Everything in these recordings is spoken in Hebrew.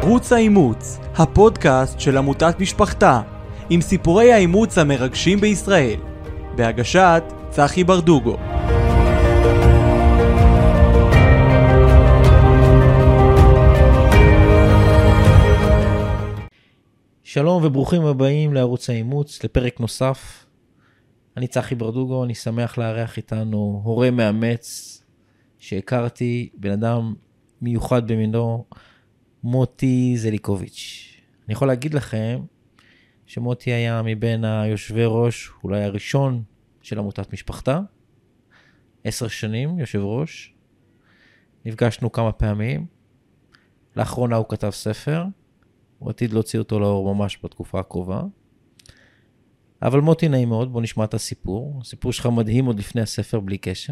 ערוץ האימוץ, הפודקאסט של עמותת משפחתה, עם סיפורי האימוץ המרגשים בישראל, בהגשת צחי ברדוגו. שלום וברוכים הבאים לערוץ האימוץ, לפרק נוסף. אני צחי ברדוגו, אני שמח לארח איתנו הורה מאמץ שהכרתי, בן אדם מיוחד במינו, מוטי זליקוביץ'. אני יכול להגיד לכם שמוטי היה מבין היושבי ראש, אולי הראשון של עמותת משפחתה, 10 שנים יושב ראש, נפגשנו כמה פעמים, לאחרונה הוא כתב ספר, הוא עתיד להוציא אותו לאור ממש בתקופה הקרובה, אבל מוטי נעים מאוד, בוא נשמע את הסיפור שלך מדהים עוד לפני הספר בלי קשר,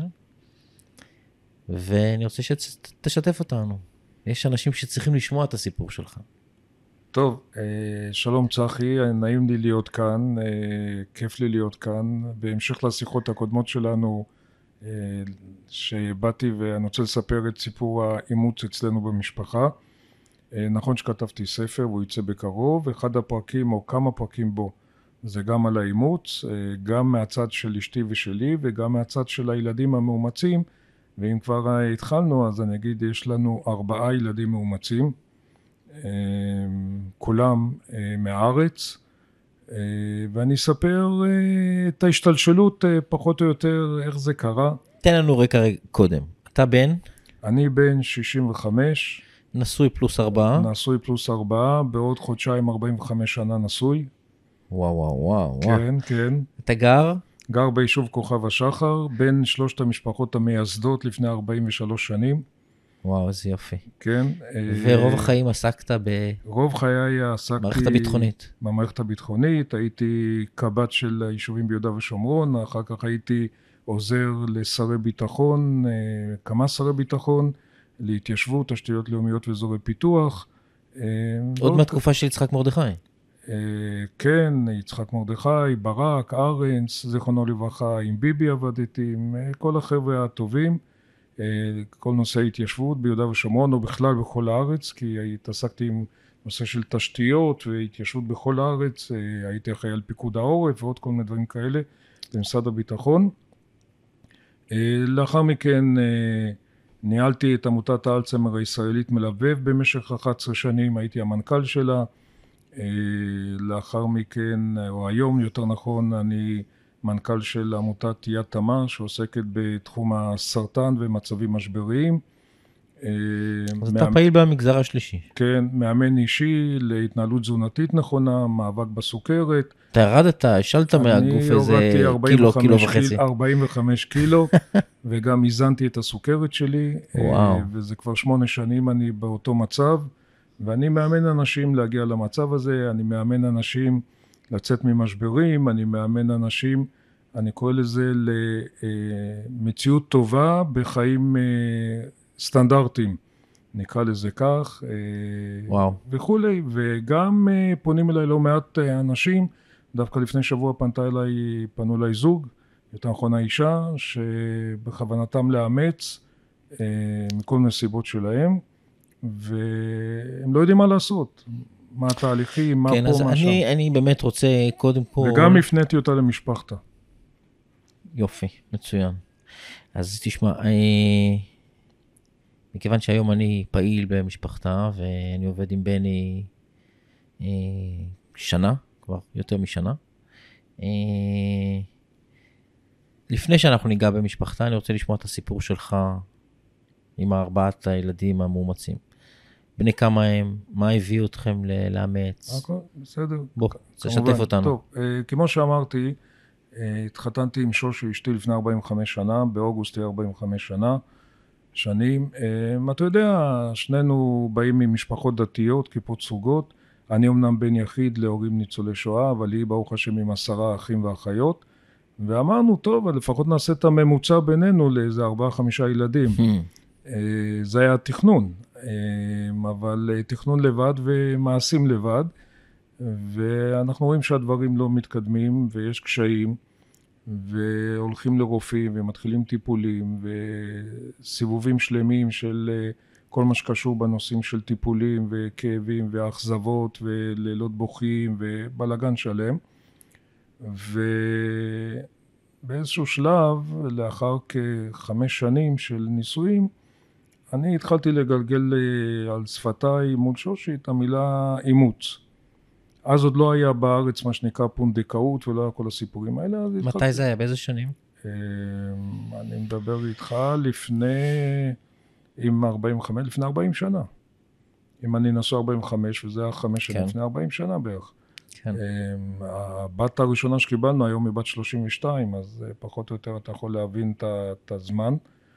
ואני רוצה שתשתף אותנו. יש אנשים שצריכים לשמוע את הסיפור שלך. טוב, שלום צחי, נעים לי להיות כאן, כיף לי להיות כאן. בהמשך לשיחות הקודמות שלנו, שבאתי ואני רוצה לספר את סיפור האימוץ אצלנו במשפחה. נכון שכתבתי ספר והוא יצא בקרוב, אחד הפרקים או כמה פרקים בו זה גם על האימוץ, גם מהצד של אשתי ושלי וגם מהצד של הילדים המאומצים, ואם כבר התחלנו אז אני אגיד יש לנו 4 ילדים מאומצים, כולם מהארץ, ואני אספר את ההשתלשלות פחות או יותר איך זה קרה. תן לנו רקע קודם. אתה בן? אני בן 65. נשוי פלוס 4. נשוי פלוס 4, בעוד חודשיים 45 שנה נשוי. וואו. כן, כן. אתה גר? גר ביישוב כוכב השחר, בין 3 המשפחות המייסדות לפני 43 שנים. וואו, איזה יופי. כן. ורוב החיים עסקת רוב חיי עסקתי במערכת הביטחונית. במערכת הביטחונית, הייתי קב"ט של היישובים ביהודה ושומרון, אחר כך הייתי עוזר לשרי ביטחון, כמה שרי ביטחון, להתיישבות, תשתיות לאומיות ואזורי פיתוח. עוד מהתקופה של יצחק מרדכי. כן, יצחק מרדכי, ברק, ארנס, זיכרונו לברכה, עם ביבי עבדתי, עם כל החבר'ה הטובים, כל נושא ההתיישבות ביהודה ושומרון, או בכלל בכל הארץ, כי התעסקתי עם נושא של תשתיות והתיישבות בכל הארץ, הייתי אחראי על פיקוד העורף ועוד כל מיני דברים כאלה, במשרד הביטחון. לאחר מכן ניהלתי את עמותת האלצהיימר הישראלית מלבב במשך 11 שנים, הייתי המנכ"ל שלה. לאחר מכן, או היום יותר נכון, אני מנכ"ל של עמותת יד תמר שעוסקת בתחום הסרטן ומצבים משבריים. אז אתה פעיל במגזר השלישי. כן, מאמן אישי להתנהלות תזונתית נכונה, מאבק בסוכרת. אתה ירדת, השלת מהגוף איזה קילו וחצי. 45 קילו, וגם איזנתי את הסוכרת שלי. וואו. וזה כבר 8 שנים אני באותו מצב. ואני מאמן אנשים להגיע למצב הזה, אני מאמן אנשים לצאת ממשברים, אני מאמן אנשים, אני קורא לזה למציאות טובה בחיים סטנדרטיים, נקרא לזה כך, וואו. וכולי, וגם פונים אליי לא מעט אנשים, דווקא לפני שבוע פנו אליי זוג, יותר נכון האישה, שבכוונתם לאמץ מכל מיני סיבות שלהם, והם לא יודעים מה לעשות, מה התהליכים, מה כן, פה, מה שם. אני באמת רוצה קודם כל... וגם הפניתי אותה למשפחתה. יופי, מצוין. אז תשמע, מכיוון שהיום אני פעיל במשפחתה, ואני עובד עם בני שנה, כבר יותר משנה, לפני שאנחנו ניגע במשפחתה, אני רוצה לשמוע את הסיפור שלך, עם 4 הילדים המאומצים. בני כמה הם? מה הביא אתכם לאמץ? הכל, בסדר. בוא, תשתף אותנו. טוב, כמו שאמרתי, התחתנתי עם שושי אשתי לפני 45 שנה, באוגוסט 45 שנים. אתה יודע, שנינו באים ממשפחות דתיות, כיפות סוגות. אני אמנם בן יחיד להורים ניצולי שואה, אבל היא ברוך השם עם 10 אחים ואחיות. ואמרנו, טוב, לפחות נעשה את הממוצע בינינו לאיזה 4-5 ילדים. זה היה תכנון, אבל תכנון לבד ומעשים לבד, ואנחנו רואים שהדברים לא מתקדמים ויש קשיים, והולכים לרופאים ומתחילים טיפולים וסיבובים שלמים של כל מה שקשור בנושאים של טיפולים וכאבים ואכזבות ולילות בוכים ובלגן שלם. ובאיזשהו שלב, לאחר כ5 שנים של ניסויים, אני התחלתי לגלגל על שפתיי מול שושי את המילה אימוץ. אז עוד לא היה בארץ מה שנקרא פונדקאות ולא היה כל הסיפורים האלה. מתי זה היה? באיזה שנים? אני מדבר איתך לפני 40 שנה. אם אני נשוא 45 וזה היה 5 שנים, לפני 40 שנה בערך. כן. הבת הראשונה שקיבלנו היום היא בת 32, אז פחות או יותר אתה יכול להבין את הזמן.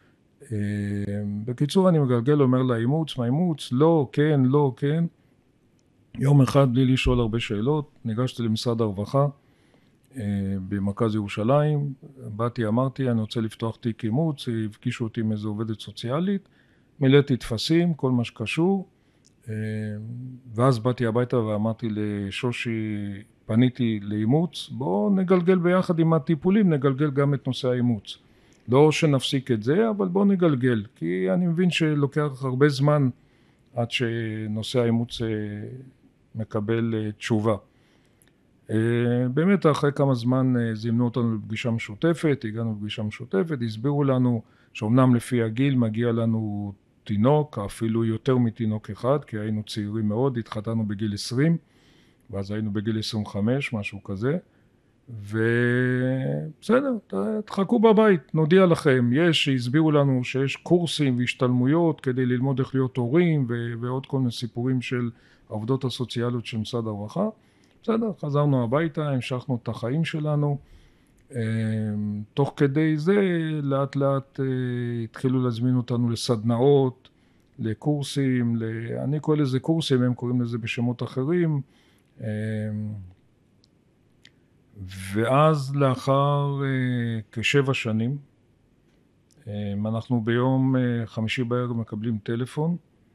בקיצור, אני מגלגל, אומר לה, אימוץ, מה אימוץ? לא, כן, לא, כן. יום אחד, בלי לשאול הרבה שאלות, ניגשתי למשרד הרווחה במרכז ירושלים. באתי, אמרתי, אני רוצה לפתוח תיק אימוץ, הפגישו אותי עם איזו עובדת סוציאלית, מילאתי תפסים, כל מה שקשור, ואז באתי הביתה ואמרתי לשושי, פניתי לאימוץ, בואו נגלגל ביחד עם הטיפולים, נגלגל גם את נושא האימוץ. לא שנפסיק את זה, אבל בואו נגלגל, כי אני מבין שלוקח הרבה זמן עד שנושא האימוץ מקבל תשובה. באמת אחרי כמה זמן זימנו אותנו לפגישה משותפת, הגענו לפגישה משותפת, הסבירו לנו שאומנם לפי הגיל מגיע לנו תינוק, אפילו יותר מתינוק אחד, כי היינו צעירים מאוד, התחתנו בגיל 20, ואז היינו בגיל 25, משהו כזה, ובסדר, תחכו בבית, נודיע לכם, הסבירו לנו שיש קורסים והשתלמויות כדי ללמוד איך להיות הורים, ועוד כל מיני סיפורים של העובדות הסוציאליות של משרד הרווחה. בסדר, חזרנו הביתה, המשכנו את החיים שלנו, תוך כדי זה לאט לאט התחילו להזמין אותנו לסדנאות, לקורסים, אני קורא לזה קורסים, הם קוראים לזה בשמות אחרים, ואז לאחר כ7 שנים, אנחנו ביום חמישי בערב מקבלים טלפון,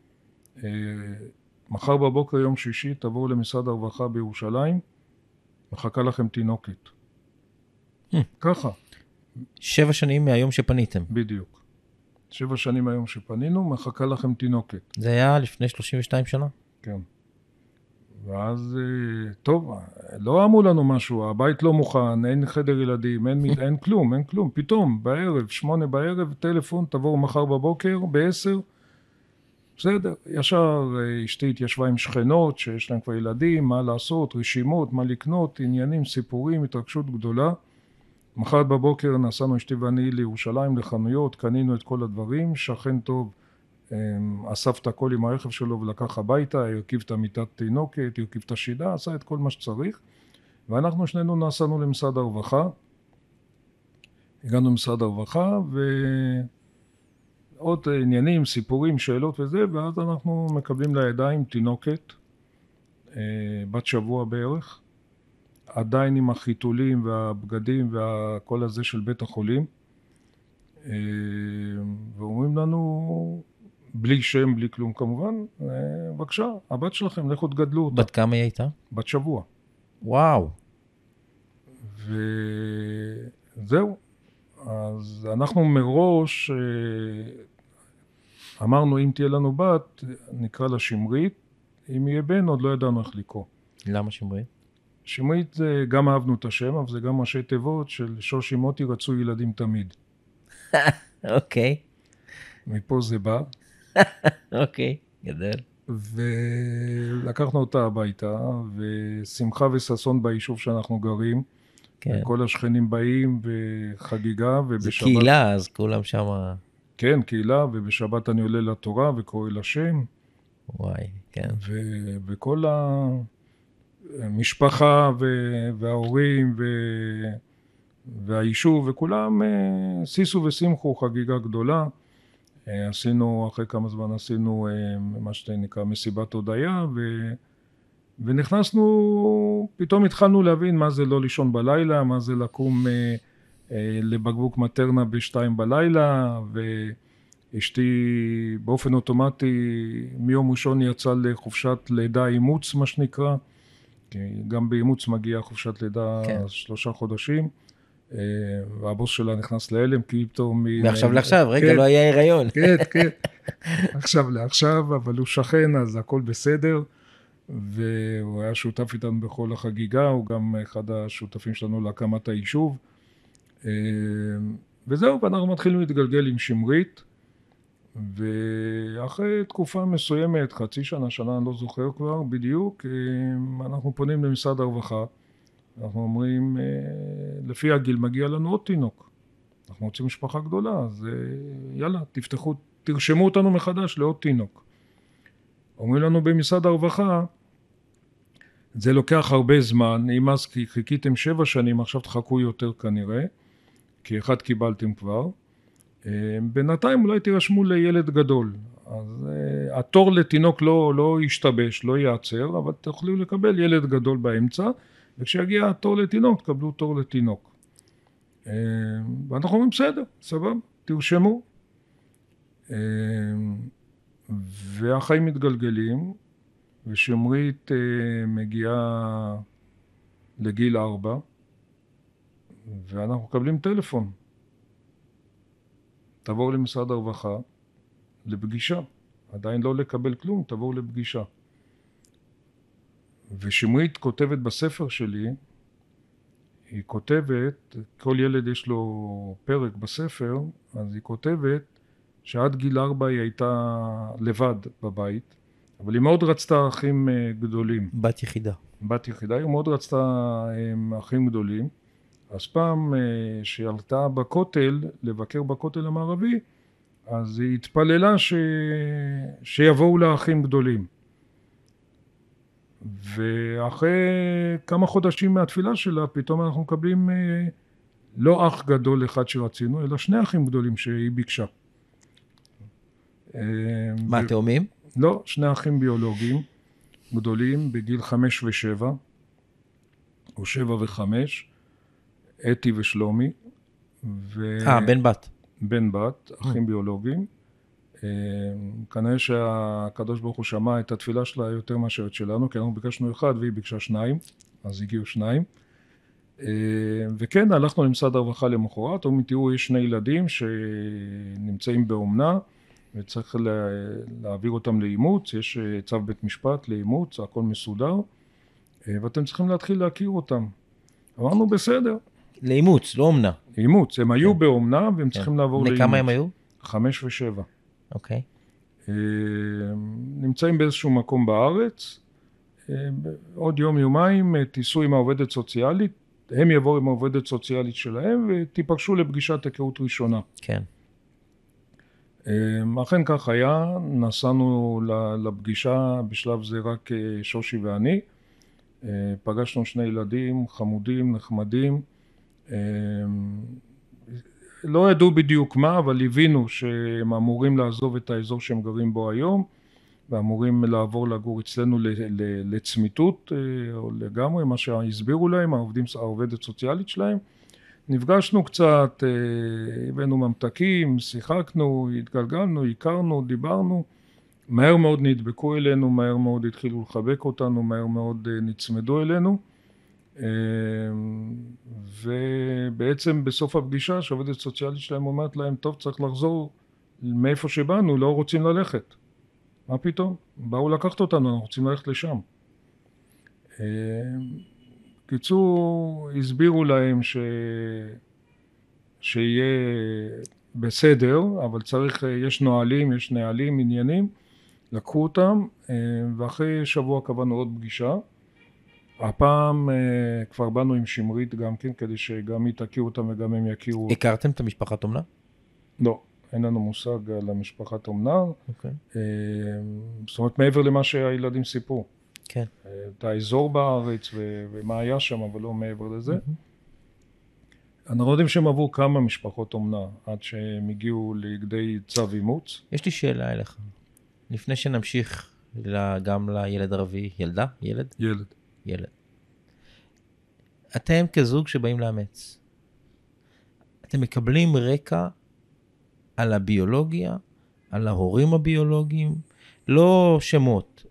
מחר בבוקר יום שישי תבואו למשרד הרווחה בירושלים, מחכה לכם תינוקת. ככה. 7 שנים מהיום שפניתם. בדיוק. 7 שנים מהיום שפנינו, מחכה לכם תינוקת. זה היה לפני 32 שנה? כן. ואז, טוב, לא אמרו לנו משהו, הבית לא מוכן, אין חדר ילדים, אין כלום. פתאום, בערב, 8 בערב, טלפון, תבואו מחר בבוקר, ב10, בסדר. ישר אשתי התיישבה עם שכנות, שיש להם כבר ילדים, מה לעשות, רשימות, מה לקנות, עניינים, סיפורים, התרגשות גדולה. מחר בבוקר נסענו אשתי ואני לירושלים, לחנויות, קנינו את כל הדברים, שכן טוב, אסף את הכל עם הרכב שלו ולקח הביתה, הרכיב את המיטת תינוקת, הרכיב את השידה, עשה את כל מה שצריך, ואנחנו שנינו נסענו למשרד הרווחה, הגענו למשרד הרווחה, ועוד עניינים, סיפורים, שאלות וזה, ואז אנחנו מקבלים לידיים תינוקת, בת שבוע בערך, עדיין עם החיתולים והבגדים והכל הזה של בית החולים, ואומרים לנו, בלי שם, בלי כלום כמובן, בבקשה, הבת שלכם, לכו תגדלו אותה. בת כמה היא הייתה? בת שבוע. וואו. וזהו. אז אנחנו מראש אמרנו, אם תהיה לנו בת, נקרא לה שמרית, אם יהיה בן, עוד לא ידענו איך לקרוא. למה שמרית? שמרית זה גם אהבנו את השם, אבל זה גם ראשי תיבות של שושי מוטי רצו ילדים תמיד. אוקיי. מפה זה בא. אוקיי, גדל. ולקחנו אותה הביתה, ושמחה וששון ביישוב שאנחנו גרים. כן. כל השכנים באים וחגיגה, ובשבת... זה קהילה, אז כולם שם... כן, קהילה, ובשבת אני עולה לתורה וקורא לשם. וואי, כן. וכל המשפחה וההורים והיישוב, וכולם סיסו ושמחו, חגיגה גדולה. עשינו, אחרי כמה זמן עשינו מה שנקרא מסיבת הודיה, ונכנסנו, פתאום התחלנו להבין מה זה לא לישון בלילה, מה זה לקום לבקבוק מטרנה ב2 בלילה, ואשתי באופן אוטומטי מיום ראשון יצא לחופשת לידה אימוץ, מה שנקרא, כי גם באימוץ מגיעה חופשת לידה 3 חודשים, והבוס שלה נכנס להלם, כי פתאום... מעכשיו לעכשיו, רגע, לא היה הריון. כן, כן. עכשיו לעכשיו, אבל הוא שכן, אז הכל בסדר, והוא היה שותף איתנו בכל החגיגה, הוא גם אחד השותפים שלנו להקמת היישוב, וזהו, ואנחנו מתחילים להתגלגל עם שמרית, ואחרי תקופה מסוימת, חצי שנה, שנה, אני לא זוכר כבר בדיוק, אנחנו פונים למשרד הרווחה, אנחנו אומרים, לפי הגיל מגיע לנו עוד תינוק, אנחנו רוצים משפחה גדולה, אז יאללה, תפתחו, תרשמו אותנו מחדש לעוד תינוק. אומרים לנו במשרד הרווחה, זה לוקח הרבה זמן, אם אז חיכיתם 7 שנים, עכשיו תחכו יותר כנראה, כי אחד קיבלתם כבר, בינתיים אולי תירשמו לילד גדול, אז התור לתינוק לא ישתבש, לא ייעצר, אבל תוכלו לקבל ילד גדול באמצע, וכשיגיע התור לתינוק, תקבלו תור לתינוק. ואנחנו אומרים בסדר, סבבה, תרשמו. והחיים מתגלגלים, ושמרית מגיעה לגיל 4, ואנחנו מקבלים טלפון. תבואו למשרד הרווחה לפגישה, עדיין לא לקבל כלום, תבואו לפגישה. ושמרית כותבת בספר שלי, היא כותבת, כל ילד יש לו פרק בספר, אז היא כותבת שעד גיל 4 היא הייתה לבד בבית, אבל היא מאוד רצתה אחים גדולים. בת יחידה. בת יחידה, היא מאוד רצתה אחים גדולים. אז פעם שעלתה בכותל, לבקר בכותל המערבי, אז היא התפללה שיבואו לה אחים גדולים. ואחרי כמה חודשים מהתפילה שלה, פתאום אנחנו מקבלים לא אח גדול אחד שרצינו, אלא 2 אחים גדולים שהיא ביקשה. מה, תאומים? לא, 2 אחים ביולוגיים גדולים בגיל 5 ו7, או 7 ו5, אתי ושלומי. בן בת. בן בת, אחים ביולוגיים. כנראה שהקדוש ברוך הוא שמע את התפילה שלה יותר מאשר את שלנו, כי אנחנו ביקשנו 1 והיא ביקשה 2, אז הגיעו 2. וכן, הלכנו למשרד הרווחה למחרת, אומרים, תראו, יש 2 ילדים שנמצאים באומנה, וצריך להעביר אותם לאימוץ, יש צו בית משפט לאימוץ, הכל מסודר, ואתם צריכים להתחיל להכיר אותם. אמרנו, בסדר. לאימוץ, לא אומנה. אימוץ, הם היו באומנה, והם צריכים לעבור לאימוץ. כמה הם היו? 5 ו7. אוקיי. נמצאים באיזשהו מקום בארץ, עוד יום-יומיים תיסעו עם העובדת סוציאלית, הם יבואו עם העובדת סוציאלית שלהם, ותיפגשו לפגישת היכרות ראשונה. כן. אכן כך היה, נסענו לפגישה, בשלב זה רק שושי ואני, פגשנו 2 ילדים חמודים, נחמדים, לא ידעו בדיוק מה, אבל הבינו שהם אמורים לעזוב את האזור שהם גרים בו היום, ואמורים לעבור לגור אצלנו לצמיתות, או לגמרי, מה שהסבירו להם, העובדת סוציאלית שלהם. נפגשנו קצת, הבאנו ממתקים, שיחקנו, התגלגלנו, הכרנו, דיברנו, מהר מאוד נדבקו אלינו, מהר מאוד התחילו לחבק אותנו, מהר מאוד נצמדו אלינו, ובעצם בסוף הפגישה שעובדת סוציאלית שלהם אומרת להם, טוב, צריך לחזור מאיפה שבאנו, לא רוצים ללכת. מה פתאום? באו לקחת אותנו, אנחנו רוצים ללכת לשם. קיצור, הסבירו להם שיהיה בסדר, אבל צריך, יש נהלים, יש נהלים, עניינים, לקחו אותם, ואחרי שבוע קבענו עוד פגישה. הפעם כבר באנו עם שמרית גם כן, כדי שגם היא תכיר אותם וגם הם יכירו. הכרתם את המשפחת אומנה? לא, אין לנו מושג על המשפחת אומנה. אוקיי. זאת אומרת, מעבר למה שהילדים סיפרו. כן. את האזור בארץ ומה היה שם, אבל לא מעבר לזה. אנחנו יודעים שהם עברו כמה משפחות אומנה, עד שהם הגיעו לכדי צו אימוץ. יש לי שאלה אליך. לפני שנמשיך גם לילד הרביעי, ילדה? ילד? ילד. ילד. אתם כזוג שבאים לאמץ. אתם מקבלים רקע על הביולוגיה, על ההורים הביולוגיים, לא שמות.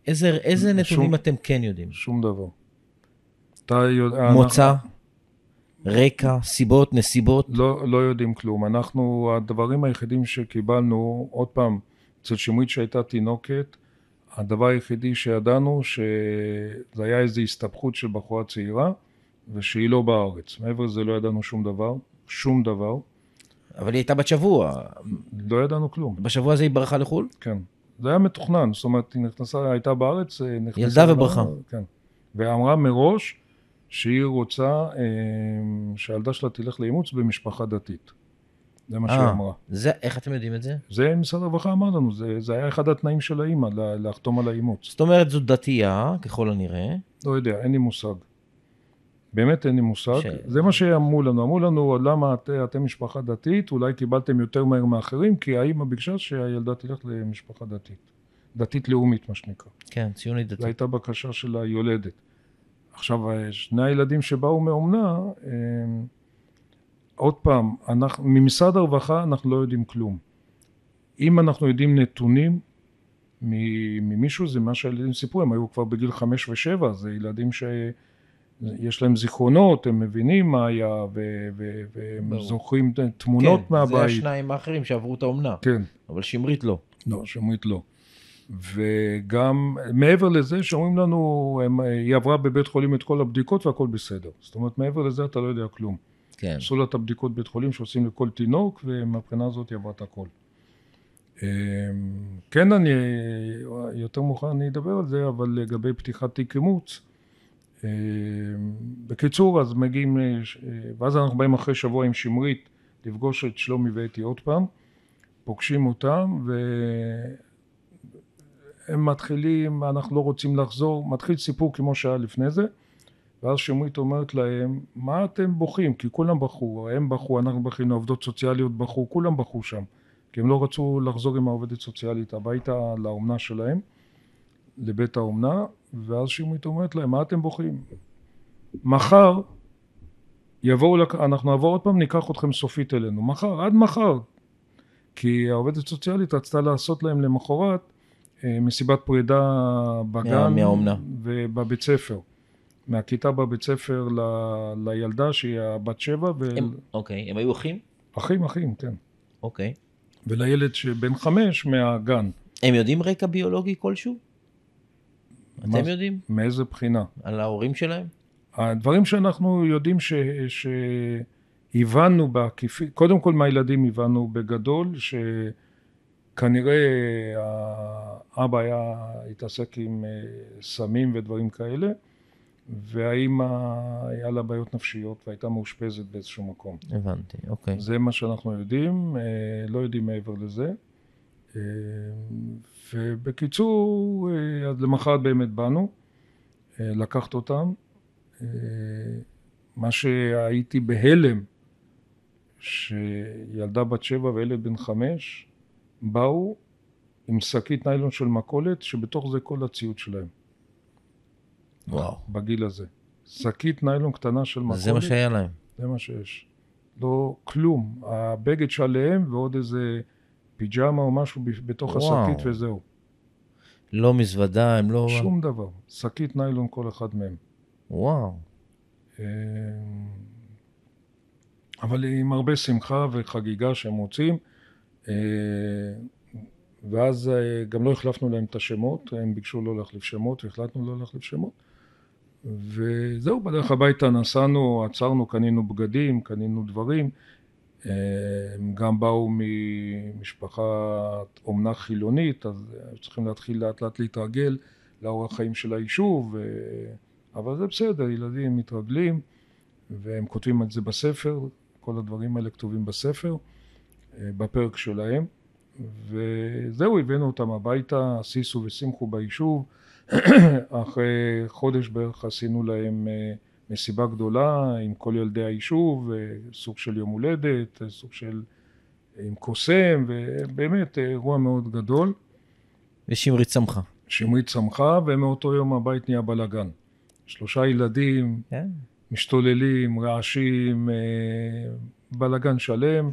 איזה נתונים אתם כן יודעים? שום דבר. מוצא? רקע, סיבות, נסיבות? לא יודעים כלום. הדברים היחידים שקיבלנו, עוד פעם, אצל שמרית שהייתה תינוקת, הדבר היחידי שידענו שזה היה איזו הסתבכות של בחורה צעירה, ושהיא לא בארץ. מעבר לזה לא ידענו שום דבר. אבל היא הייתה בת שבוע. לא ידענו כלום. בשבוע הזה היא ברחה לחו"ל? כן. זה היה מתוכנן, זאת אומרת, היא הייתה בארץ, ילדה וברחה. כן. ואמרה מראש שהיא רוצה שהילדה שלה תלך לאימוץ במשפחה דתית. זה מה שהיא אמרה. איך אתם יודעים את זה? זה משרד הרווחה אמר לנו, זה היה אחד התנאים של האמא, לחתום על האימוץ. זאת אומרת, זו דתייה, ככל הנראה. לא יודע, אין לי מושג. באמת אין לי מושג. זה מה שאמרו לנו. אמרו לנו, למה אתם משפחה דתית? אולי קיבלתם יותר מהר מאחרים, כי האמא ביקשה שהילדה תלך למשפחה דתית. דתית לאומית, מה שנקרא. כן, ציונית דתית. זו הייתה בקשה של היולדת. עכשיו, שני הילדים שבאו מאומנה, עוד פעם, ממשרד הרווחה אנחנו לא יודעים כלום. אם אנחנו יודעים נתונים ממישהו, זה מה שהילדים סיפרו, הם היו כבר בגיל 5 ו7, זה ילדים שיש להם זיכרונות, הם מבינים מה היה, והם זוכרים תמונות מהבית. כן, זה השניים האחרים שעברו את האומנה. כן. אבל שמרית לא. לא, שמרית לא. וגם מעבר לזה שאומרים לנו, היא עברה בבית חולים את כל הבדיקות והכל בסדר. זאת אומרת, מעבר לזה אתה לא יודע כלום. כן. עשו לה את הבדיקות בית חולים שעושים לכל תינוק, ומבחינה הזאת היא עברה את הכל. כן, יותר מאוחר אני אדבר על זה, אבל לגבי פתיחת תיק אימוץ, בקיצור, אז מגיעים, ואז אנחנו באים אחרי שבוע עם שמרית, לפגוש את שלומי ואתי עוד פעם, פוגשים אותם, הם מתחילים, אנחנו לא רוצים לחזור, מתחיל סיפור כמו שהיה לפני זה, ואז שמרית אומרת להם, מה אתם בוכים? כי כולם בחו, הם בחו, אנחנו בכינו, עובדות סוציאליות בחו, כולם בחו שם, כי הם לא רצו לחזור עם העובדת סוציאלית הביתה לאומנה שלהם, לבית האומנה, ואז שמרית אומרת להם, מה אתם בוכים? מחר אנחנו נעבור עוד פעם, ניקח אתכם סופית אלינו, מחר, עד מחר, כי העובדת סוציאלית רצתה לעשות להם למחרת, מסיבת פרידה בגן ובבית ספר. מהכיתה בבית ספר לילדה שהיא הבת 7. אוקיי, הם היו אחים? אחים, כן. אוקיי. ולילד שבן 5 מהגן. הם יודעים רקע ביולוגי כלשהו? אתם יודעים? מאיזה בחינה? על ההורים שלהם? הדברים שאנחנו יודעים שהבנו קודם כל מהילדים הבנו בגדול כנראה האבא התעסק עם סמים ודברים כאלה, והאמא היה לה בעיות נפשיות והייתה מאושפזת באיזשהו מקום. הבנתי, אוקיי. זה מה שאנחנו יודעים, לא יודעים מעבר לזה. ובקיצור, אז למחרת באמת באנו, לקחת אותם. מה שהייתי בהלם, שילדה בת 7 וילד בן 5, באו עם שקית ניילון של מכולת, שבתוך זה כל הציוד שלהם. וואו. בגיל הזה. שקית ניילון קטנה של מכולת. זה מה שהיה להם. זה מה שיש. לא כלום. הבגד שלהם ועוד איזה פיג'מה או משהו בתוך השקית וזהו. לא מזוודה, הם לא... שום דבר. שקית ניילון כל אחד מהם. וואו. אבל עם הרבה שמחה וחגיגה שהם רוצים. ואז גם לא החלפנו להם את השמות, הם ביקשו לא להחליף שמות והחלטנו לא להחליף שמות. וזהו, בדרך הביתה נסענו, עצרנו, קנינו בגדים, קנינו דברים. הם גם באו ממשפחת אומנה חילונית, אז צריכים להתחיל לאט לאט להתרגל לאורח חיים של היישוב, אבל זה בסדר, ילדים מתרגלים, והם כותבים את זה בספר, כל הדברים האלה כתובים בספר, בפרק שלהם, וזהו, הבאנו אותם הביתה, סיסו ושימחו ביישוב, אחרי חודש בערך עשינו להם מסיבה גדולה עם כל ילדי היישוב, סוג של יום הולדת, סוג של עם קוסם, ובאמת אירוע מאוד גדול. ושמרית צמחה. שמרית צמחה, ומאותו יום הבית נהיה בלגן. 3 ילדים, משתוללים, רעשים, בלגן שלם,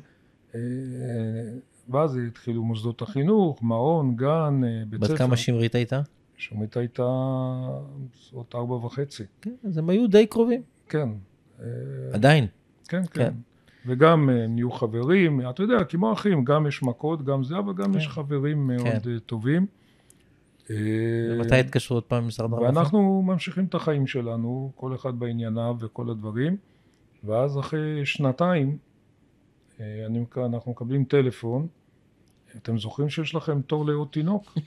ואז התחילו מוסדות החינוך, מעון, גן, בית ספר. בת כמה שמרית הייתה? שמרית הייתה עוד 4.5. כן, אז הם היו די קרובים. כן. עדיין. כן, כן. וגם נהיו חברים, אתה יודע, כמו אחים, גם יש מכות, גם זה, אבל גם יש חברים מאוד טובים. ומתי התקשרו עוד פעם במשרד הרווחה? ואנחנו ממשיכים את החיים שלנו, כל אחד בענייניו וכל הדברים, ואז אחרי שנתיים, אנחנו מקבלים טלפון, אתם זוכרים שיש לכם תור לעוד תינוק?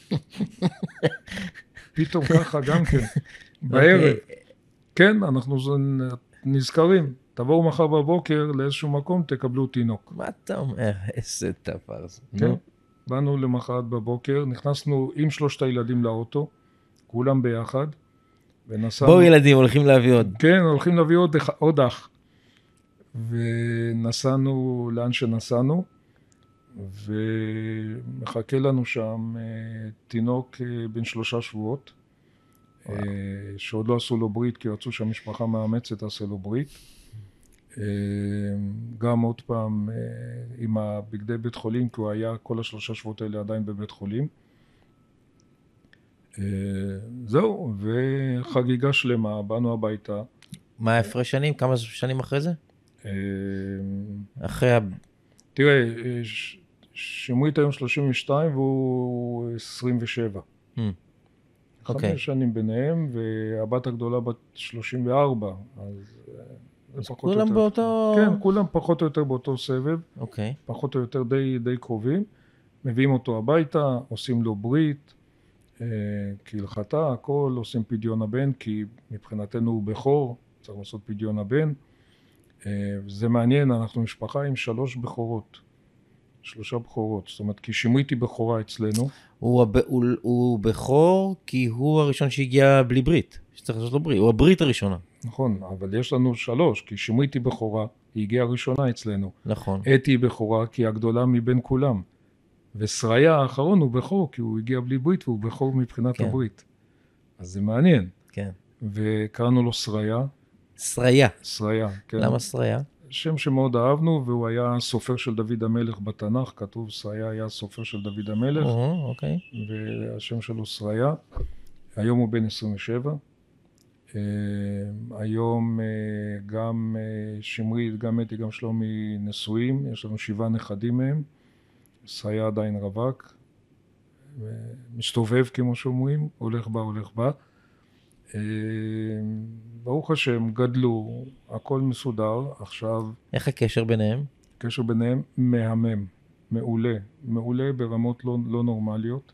פתאום ככה גם כן, בערב. כן, אנחנו נזכרים, תבואו מחר בבוקר לאיזשהו מקום, תקבלו תינוק. מה אתה אומר? איזה דבר זה. כן, באנו למחרת בבוקר, נכנסנו עם 3 הילדים לאוטו, כולם ביחד, ונסענו... בואו ילדים, הולכים להביא עוד. כן, הולכים להביא עוד אח. ונסענו לאן שנסענו, ומחכה לנו שם תינוק בן 3 שבועות, שעוד לא עשו לו ברית, כי רצו שהמשפחה מאמצת תעשה לו ברית. גם עוד פעם עם הבגדי בית חולים, כי הוא היה כל 3 שבועות האלה עדיין בבית חולים. זהו, וחגיגה שלמה, באנו הביתה. מה ההפרש שנים? כמה שנים אחרי זה? אחרי תראה, שמרית היום 32 והוא 27. 5 שנים ביניהם, והבת הגדולה בת 34, אז כולם באותו... כן, כולם פחות או יותר באותו סבב. אוקיי. פחות או יותר די קרובים. מביאים אותו הביתה, עושים לו ברית, כהלכתה, הכל, עושים פדיון הבן, כי מבחינתנו הוא בכור, צריך לעשות פדיון הבן. זה מעניין, אנחנו משפחה עם 3 בכורות. 3 בכורות, זאת אומרת, כי שמרית היא בכורה אצלנו. הוא בכור כי הוא הראשון שהגיע בלי ברית, שצריך לעשות לו ברית, הוא הברית הראשונה. נכון, אבל יש לנו 3, כי שמרית היא בכורה, היא הגיעה ראשונה אצלנו. נכון. אתי היא בכורה, כי היא הגדולה מבין כולם. ושריה האחרון הוא בכור, כי הוא הגיע בלי ברית, והוא בכור מבחינת הברית. אז זה מעניין. כן. וקראנו לו שריה. שריה. שריה, כן. למה שריה? שם שמאוד אהבנו, והוא היה סופר של דוד המלך בתנ"ך, כתוב שריה היה סופר של דוד המלך. אוקיי. והשם שלו שריה. היום הוא בן 27. היום גם שמרית, גם אתי, גם שלומי נשואים, יש לנו 7 נכדים מהם. שריה עדיין רווק, מסתובב כמו שאומרים, הולך בא. ברוך השם, גדלו, הכל מסודר, עכשיו... איך הקשר ביניהם? הקשר ביניהם מהמם, מעולה ברמות לא נורמליות.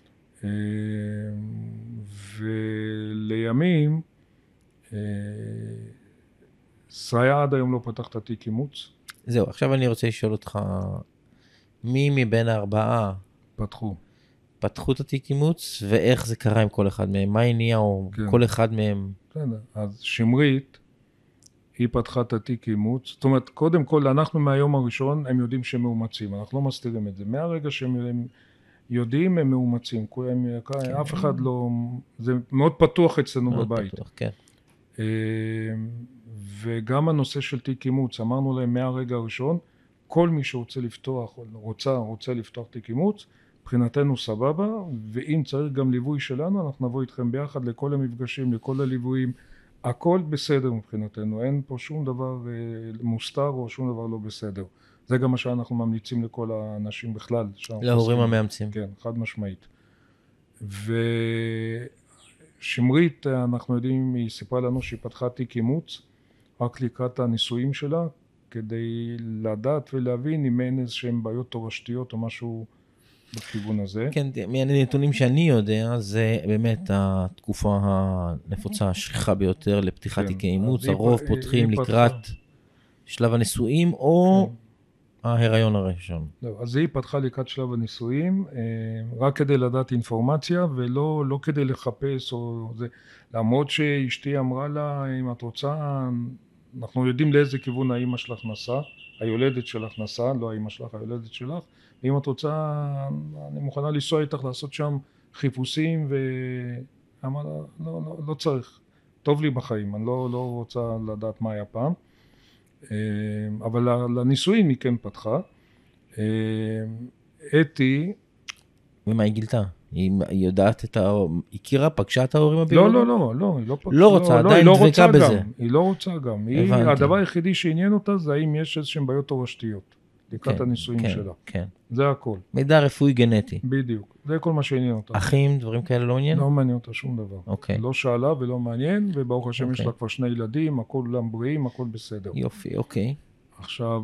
ולימים, שריה עד היום לא פתח את התיק אימוץ. זהו, עכשיו אני רוצה לשאול אותך, מי מבין 4 פתחו את התיק אימוץ, ואיך זה קרה עם כל אחד מהם? מה הניע או כל אחד מהם? אז שמרית, היא פתחה את התיק אימוץ. זאת אומרת, קודם כל, אנחנו מהיום הראשון, הם יודעים שהם מאומצים. אנחנו לא מסתירים את זה. מהרגע שהם יודעים, הם מאומצים. אף אחד לא... זה מאוד פתוח אצלנו בבית. כן. וגם הנושא של תיק אימוץ, אמרנו להם מהרגע הראשון, כל מי שרוצה לפתוח, רוצה לפתוח תיק אימוץ, מבחינתנו סבבה, ואם צריך גם ליווי שלנו, אנחנו נבוא איתכם ביחד לכל המפגשים, לכל הליוויים, הכל בסדר מבחינתנו, אין פה שום דבר מוסתר או שום דבר לא בסדר. זה גם מה שאנחנו ממליצים לכל האנשים בכלל. להורים המאמצים. כן, חד משמעית. ושמרית, אנחנו יודעים, היא סיפרה לנו שהיא פתחה תיק אימוץ, רק לקראת הניסויים שלה, כדי לדעת ולהבין אם אין איזשהם בעיות תורשתיות או משהו בכיוון הזה. כן, מהנתונים שאני יודע, זה באמת התקופה הנפוצה השכיחה ביותר לפתיחת תיקי אימוץ. הרוב פותחים לקראת שלב הניסויים או ההיריון הראשון. אז היא פתחה לקראת שלב הניסויים, רק כדי לדעת אינפורמציה ולא כדי לחפש או זה. למרות שאשתי אמרה לה, אם את רוצה, אנחנו יודעים לאיזה כיוון האמא שלך נסעה, היולדת שלך נסעה, לא האמא שלך, היולדת שלך, ואם את רוצה, אני מוכנה לנסוע איתך לעשות שם חיפושים, ואמרה לה, לא צריך, טוב לי בחיים, אני לא רוצה לדעת מה היה פעם, אבל לניסויים היא כן פתחה. אתי... ומה היא גילתה? היא יודעת הכירה, פגשה את ההורים לא, הביולוגיים? לא, היא לא פגשה. לא רוצה, עדיין דבקה בזה. היא לא רוצה גם. הדבר היחידי שעניין אותה זה האם יש איזשהם בעיות תורשתיות, לקראת הניסויים שלה. כן. זה הכל. מידע רפואי גנטי. בדיוק. זה כל מה שעניין אותה. אחים, דברים כאלה לא מעניין? לא מעניין אותה שום דבר. אוקיי. לא שאלה ולא מעניין, וברוך השם יש לה כבר 2 ילדים, הכל בריאים, הכל בסדר. יופי, אוקיי. עכשיו,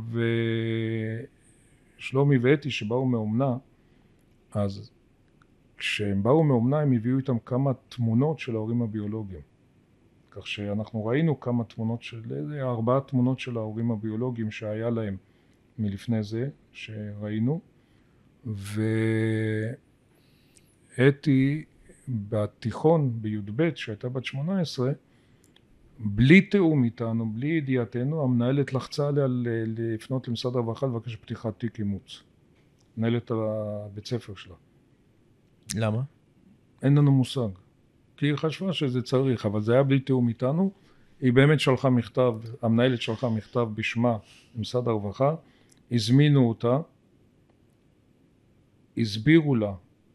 שלומי ואתי שבאו מאומנה, אז כשהם באו מאומנה הם הביאו איתם כמה תמונות של ההורים הביולוגיים. כך שאנחנו ראינו כמה תמונות של 4 תמונות של ההורים הביולוגיים שהיה להם מלפני זה, שראינו. ואתי בתיכון, בי"ב, שהייתה בת 18, בלי תיאום איתנו, בלי ידיעתנו, המנהלת לחצה עליה לפנות למשרד הרווחה לבקש פתיחת תיק אימוץ. מנהלת הבית ספר שלה. למה? אין לנו מושג. כי היא חשבה שזה צריך, אבל זה היה בלי תיאום איתנו. היא באמת שלחה מכתב, המנהלת שלחה מכתב בשמה למשרד הרווחה, הזמינו אותה, הסבירו לה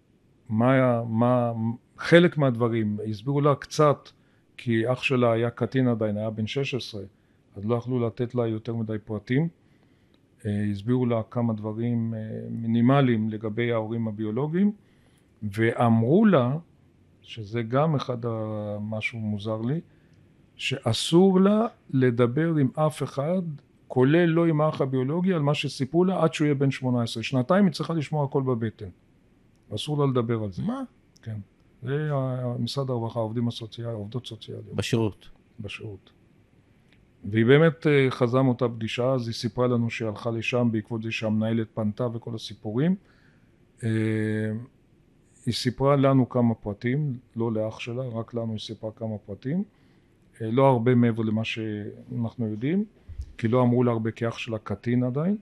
חלק מהדברים, הסבירו לה קצת, כי אח שלה היה קטין עדיין, היה בן 16, אז לא יכלו לתת לה יותר מדי פרטים. הסבירו לה כמה דברים מינימליים לגבי ההורים הביולוגיים, ואמרו לה, שזה גם משהו מוזר לי, שאסור לה לדבר עם אף אחד, כולל לא עם האח הביולוגי, על מה שסיפרו לה עד שהוא יהיה בן 18. 2 היא צריכה לשמוע הכל בבטן. אסור לה לדבר על זה. מה? כן. זה משרד הרווחה, עובדות סוציאליות. בשירות. והיא באמת חזרה מאותה פגישה, אז היא סיפרה לנו שהיא הלכה לשם בעקבות זה שהמנהלת פנתה וכל הסיפורים. היא סיפרה לנו כמה פרטים, לא לאח שלה, רק לנו היא סיפרה כמה פרטים. לא הרבה מעבר למה שאנחנו יודעים, כי לא אמרו לה הרבה כאח שלה קטין עדיין.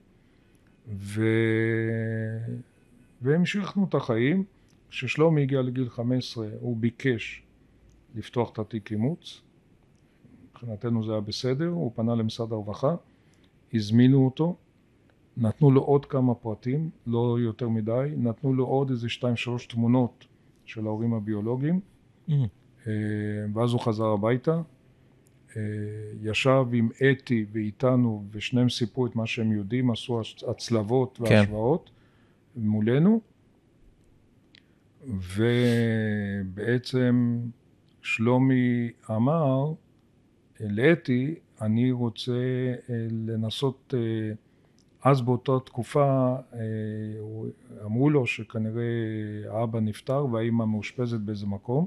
והמשכנו את החיים. כששלומי הגיע לגיל 15, הוא ביקש לפתוח את התיק אימוץ. מבחינתנו זה היה בסדר, הוא פנה למשרד הרווחה, הזמינו אותו, נתנו לו עוד כמה פרטים, לא יותר מדי, נתנו לו עוד איזה 2-3 תמונות של ההורים הביולוגיים, ואז הוא חזר הביתה, ישב עם אתי ואיתנו, ושניהם סיפרו את מה שהם יודעים, עשו הצלבות והשוואות מולנו, ובעצם שלומי אמר לאתי, אני רוצה לנסות, אז באותה תקופה אמרו לו שכנראה האבא נפטר והאמא מאושפזת באיזה מקום,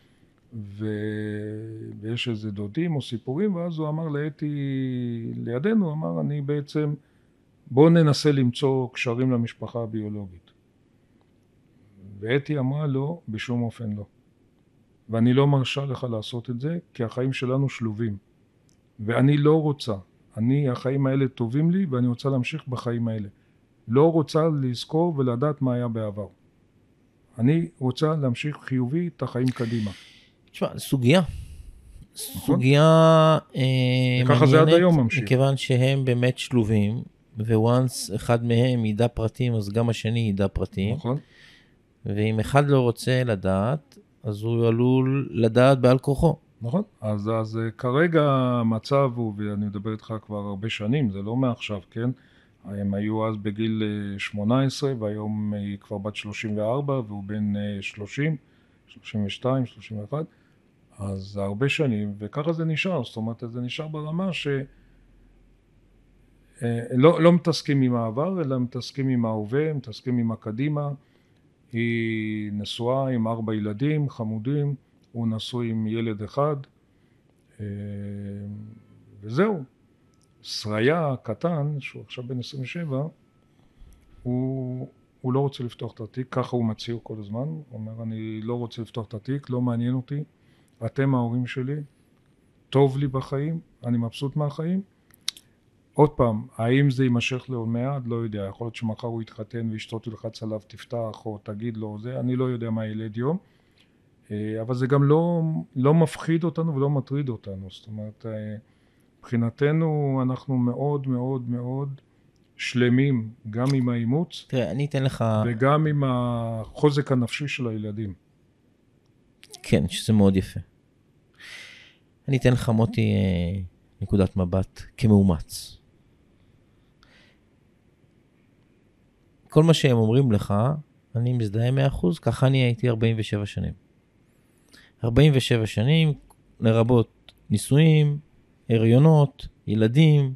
ויש איזה דודים או סיפורים, ואז הוא אמר לאתי לידינו, אמר אני בעצם, בוא ננסה למצוא קשרים למשפחה הביולוגית. ואתי אמרה לו, בשום אופן לא. ואני לא מרשה לך לעשות את זה, כי החיים שלנו שלובים. ואני לא רוצה. החיים האלה טובים לי, ואני רוצה להמשיך בחיים האלה. לא רוצה לזכור ולדעת מה היה בעבר. אני רוצה להמשיך חיובי את החיים קדימה. תשמע, סוגיה מעניינת. וככה זה עד היום ממשיך. מכיוון שהם באמת שלובים, וואנס אחד מהם ידע פרטים, אז גם השני ידע פרטים. נכון. ואם אחד לא רוצה לדעת, אז הוא עלול לדעת בעל כוחו. נכון. אז כרגע המצב הוא, ואני מדבר איתך כבר הרבה שנים, זה לא מעכשיו, כן? הם היו אז בגיל 18, והיום היא כבר בת 34, והוא בן 30, 32, 31. אז זה הרבה שנים, וככה זה נשאר. זאת אומרת, זה נשאר ברמה לא מתעסקים עם העבר, אלא מתעסקים עם ההווה, מתעסקים עם הקדימה. היא נשואה עם 4 ילדים חמודים, הוא נשוי עם ילד אחד, וזהו. שריה קטן, שהוא עכשיו בן 27, הוא לא רוצה לפתוח את התיק, ככה הוא מצהיר כל הזמן, הוא אומר אני לא רוצה לפתוח את התיק, לא מעניין אותי, אתם ההורים שלי, טוב לי בחיים, אני מבסוט מהחיים. עוד פעם, האם זה יימשך לעוד מעט? לא יודע, יכול להיות שמחר הוא יתחתן ואשתו תלחץ עליו תפתח או תגיד לו זה, אני לא יודע מה ילד יום, אבל זה גם לא מפחיד אותנו ולא מטריד אותנו, זאת אומרת, מבחינתנו אנחנו מאוד מאוד מאוד שלמים, גם עם האימוץ, תראה, אני אתן לך... וגם עם החוזק הנפשי של הילדים. כן, שזה מאוד יפה. אני אתן לך, מוטי, נקודת מבט כמאומץ. כל מה שהם אומרים לך, אני מזדהה 100%, ככה אני הייתי 47 שנים. 47 שנים, לרבות נישואים, הריונות, ילדים,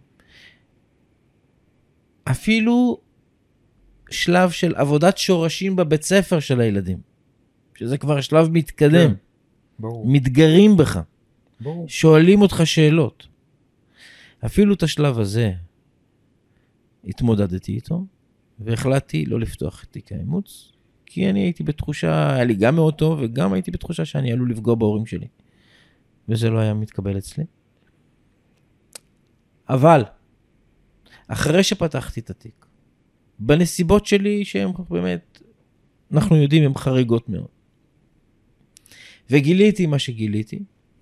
אפילו שלב של עבודת שורשים בבית ספר של הילדים, שזה כבר שלב מתקדם. כן, ברור. מתגרים בך, ברור. שואלים אותך שאלות. אפילו את השלב הזה התמודדתי איתו, והחלטתי לא לפתוח את תיק האימוץ, כי אני הייתי בתחושה, היה לי גם מאוד טוב, וגם הייתי בתחושה שאני עלול לפגוע בהורים שלי. וזה לא היה מתקבל אצלי. אבל, אחרי שפתחתי את התיק, בנסיבות שלי שהן באמת, אנחנו יודעים, הן חריגות מאוד. וגיליתי מה שגיליתי,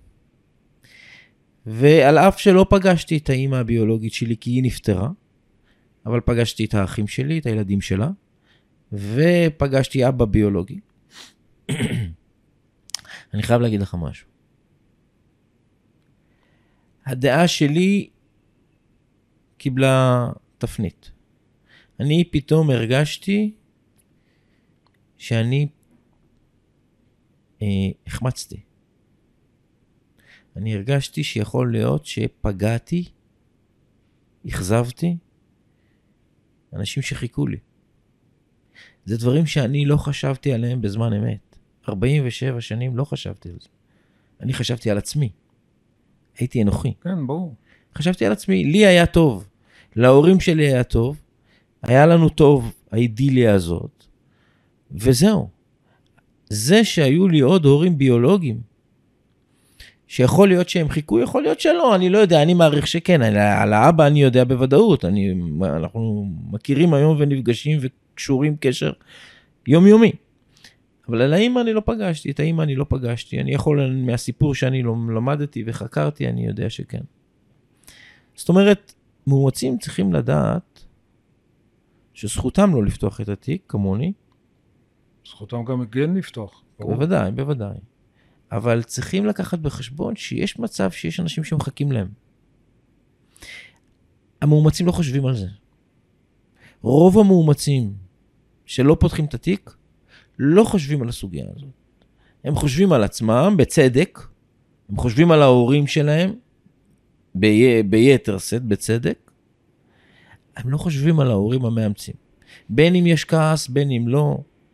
ועל אף שלא פגשתי את האמא הביולוגית שלי כי היא נפטרה, אבל פגשתי את האחים שלי, את הילדים שלה, ופגשתי אבא ביולוגי. אני חייב להגיד לך משהו. הדעה שלי קיבלה תפנית. אני פתאום הרגשתי שאני החמצתי. אני הרגשתי שיכול להיות שפגעתי, אכזבתי, אנשים שחיכו לי. זה דברים שאני לא חשבתי עליהם בזמן אמת. 47 שנים לא חשבתי על זה. אני חשבתי על עצמי. הייתי אנוכי. כן, ברור. חשבתי על עצמי, לי היה טוב, להורים שלי היה טוב, היה לנו טוב האידיליה הזאת, וזהו. זה שהיו לי עוד הורים ביולוגיים, שיכול להיות שהם חיכו, יכול להיות שלא, אני לא יודע, אני מעריך שכן, על האבא אני יודע בוודאות, אנחנו מכירים היום ונפגשים וקשורים קשר יומיומי. אבל על האמא אני לא פגשתי, את האמא אני לא פגשתי, אני יכול, מהסיפור שאני למדתי וחקרתי, אני יודע שכן. זאת אומרת, מאומצים צריכים לדעת שזכותם לא לפתוח את התיק, כמוני. זכותם גם כן לפתוח. בוודאי, בוודאי. אבל צריכים לקחת בחשבון שיש מצב שיש אנשים שמחכים להם. המאומצים לא חושבים על זה. רוב המאומצים שלא פותחים את התיק, לא חושבים על הסוגיה הזאת. הם חושבים על עצמם, בצדק, הם חושבים על ההורים שלהם, ביתר שאת, בצדק, הם לא חושבים על ההורים המאמצים. בין אם יש כעס, בין אם לא.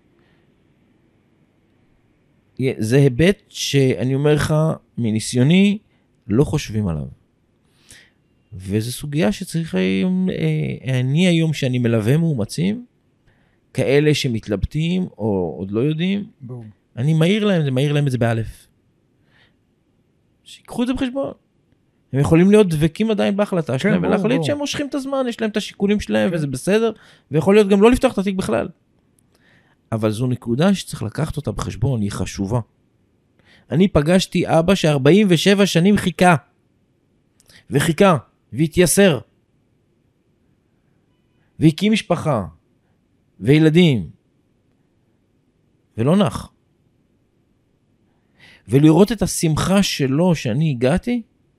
זה היבט שאני אומר לך, מניסיוני, לא חושבים עליו. וזו סוגיה שצריך, אני היום שאני מלווה מאומצים, כאלה שמתלבטים או עוד לא יודעים, ברור. אני מעיר להם את זה באלף. שיקחו את זה בחשבון. הם יכולים להיות דבקים עדיין בהחלטה שלהם, ולהחליט שהם מושכים את הזמן, יש להם את השיקולים שלהם, וזה בסדר, ויכול להיות גם לא לפתוח את התיק בכלל. אבל זו נקודה שצריך לקחת אותה בחשבון, היא חשובה. אני פגשתי אבא ש47 שנים חיכה, והתייסר, והקים משפחה, וילדים, ולא נח. ולראות את השמחה שלו שאני הגעתי,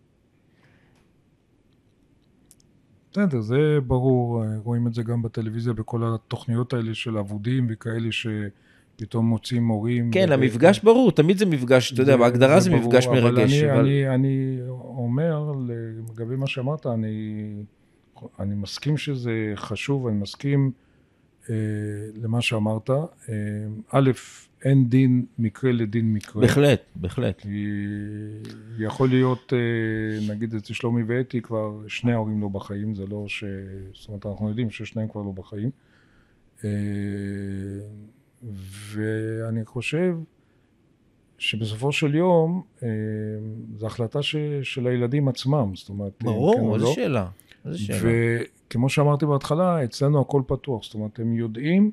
בסדר, זה ברור, רואים את זה גם בטלוויזיה, בכל התוכניות האלה של עבודים וכאלה שפתאום מוצאים מורים. כן, המפגש ברור, תמיד זה מפגש, אתה יודע, בהגדרה זה מפגש מרגש. אני אומר, לגבי מה שאמרת, אני מסכים שזה חשוב, אני מסכים למה שאמרת. א', אין דין מקרה לדין מקרה. בהחלט. יכול להיות, נגיד את שלומי ואתי, כבר שני ההורים לא בחיים, זה לא זאת אומרת, אנחנו יודעים ששניהם כבר לא בחיים. ואני חושב שבסופו של יום, זו החלטה של הילדים עצמם, זאת אומרת, ברור, איזו שאלה. וכמו שאמרתי בהתחלה, אצלנו הכל פתוח, זאת אומרת, הם יודעים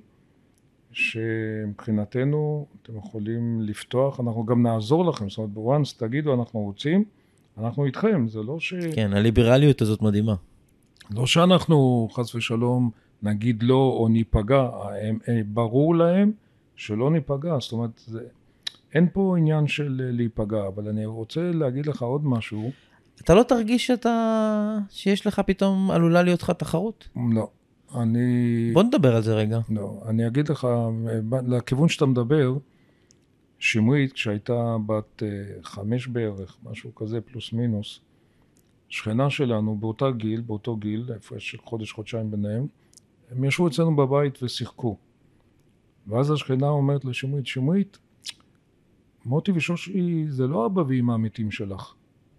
שמבחינתנו אתם יכולים לפתוח, אנחנו גם נעזור לכם, זאת אומרת, בוואנס תגידו אנחנו רוצים, אנחנו איתכם, זה לא ש... כן, הליברליות הזאת מדהימה. לא שאנחנו חס ושלום נגיד לא או ניפגע, ברור להם שלא ניפגע, זאת אומרת, אין פה עניין של להיפגע, אבל אני רוצה להגיד לך עוד משהו. אתה לא תרגיש שיש לך פתאום עלולה להיות לך תחרות? לא, בוא נדבר על זה רגע. לא, אני אגיד לך, לכיוון שאתה מדבר, שמרית, כשהייתה בת 5 בערך, משהו כזה, פלוס מינוס, שכנה שלנו באותו גיל, הפרש של חודש-חודשיים ביניהם, הם ישבו אצלנו בבית ושיחקו. ואז השכנה אומרת לשמרית, שמרית, מוטי ושושי זה לא אבא ואמא האמיתיים שלך.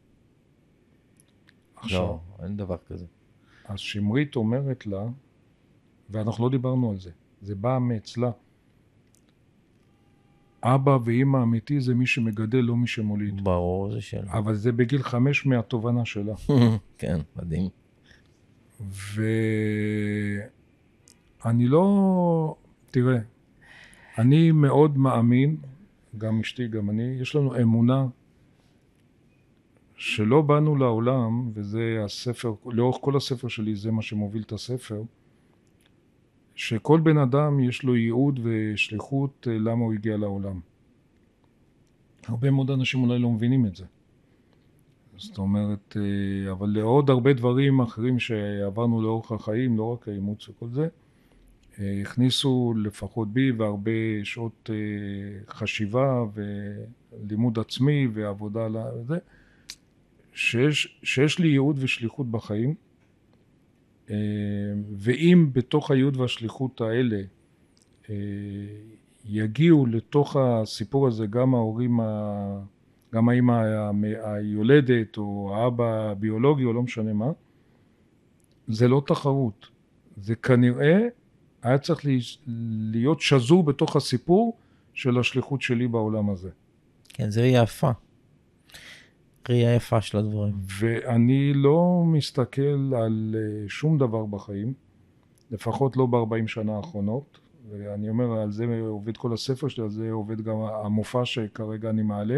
עכשיו, לא, אין דבר כזה. אז שמרית אומרת לה, ואנחנו לא דיברנו על זה, זה בא מאצלה. אבא ואמא האמיתי זה מי שמגדל, לא מי שמוליד. ברור, זה שלה. אבל זה בגיל 5 מהתובנה שלה. כן, מדהים. ואני לא, תראה, אני מאוד מאמין, גם אשתי, גם אני, יש לנו אמונה שלא באנו לעולם, וזה הספר, לאורך כל הספר שלי זה מה שמוביל את הספר, שכל בן אדם יש לו ייעוד ושליחות למה הוא הגיע לעולם. הרבה מאוד אנשים אולי לא מבינים את זה. זאת אומרת, אבל לעוד הרבה דברים אחרים שעברנו לאורך החיים, לא רק האימוץ וכל זה, הכניסו לפחות בי והרבה שעות חשיבה ולימוד עצמי ועבודה על זה, שיש לי ייעוד ושליחות בחיים, ואם בתוך הייעוד והשליחות האלה יגיעו לתוך הסיפור הזה גם ההורים, גם האמא היולדת או האבא הביולוגי או לא משנה מה, זה לא תחרות. זה כנראה היה צריך להיות שזור בתוך הסיפור של השליחות שלי בעולם הזה. כן, זה ראייה יפה. ראייה יפה של הדברים. ואני לא מסתכל על שום דבר בחיים, לפחות לא ב-40 שנה האחרונות, ואני אומר, על זה עובד כל הספר שלי, על זה עובד גם המופע שכרגע אני מעלה,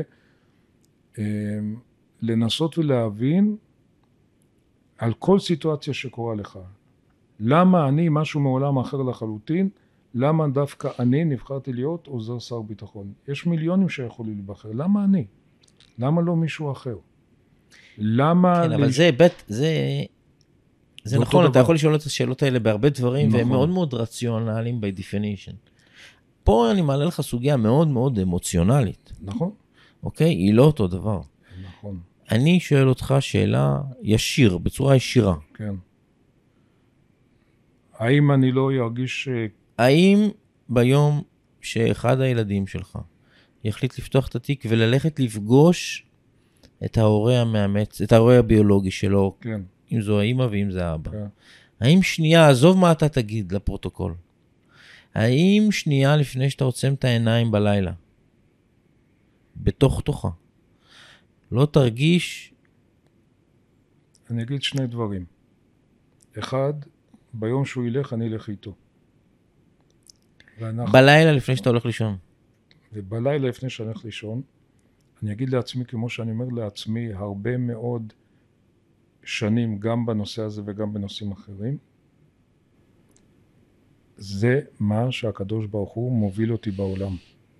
לנסות ולהבין על כל סיטואציה שקורה לך. למה אני, משהו מעולם אחר לחלוטין, למה דווקא אני נבחרתי להיות עוזר שר ביטחון? יש מיליונים שיכולים להיבחר, למה אני? למה לא מישהו אחר? למה... כן, אבל זה נכון, אתה יכול לשאול את השאלות האלה בהרבה דברים, והם מאוד מאוד רציונליים by definition. פה אני מעלה לך סוגיה מאוד מאוד אמוציונלית. נכון. אוקיי? היא לא אותו דבר. נכון. אני שואל אותך שאלה ישיר, בצורה ישירה. כן. האם אני לא ירגיש... האם ביום שאחד הילדים שלך יחליט לפתוח את התיק וללכת לפגוש את ההורה המאמץ, את ההורה הביולוגי שלו, כן. אם זו האמא ואם זה האבא. כן. האם שנייה, עזוב מה אתה תגיד לפרוטוקול, האם שנייה לפני שאתה עוצם את העיניים בלילה, בתוך תוכה, לא תרגיש... אני אגיד שני דברים. אחד, ביום שהוא ילך, אני אלך איתו. בלילה לפני שאתה הולך לישון. ובלילה לפני שאני הולך לישון, אני אגיד לעצמי, כמו שאני אומר לעצמי, הרבה מאוד שנים, גם בנושא הזה וגם בנושאים אחרים, זה מה שהקדוש ברוך הוא מוביל אותי בעולם.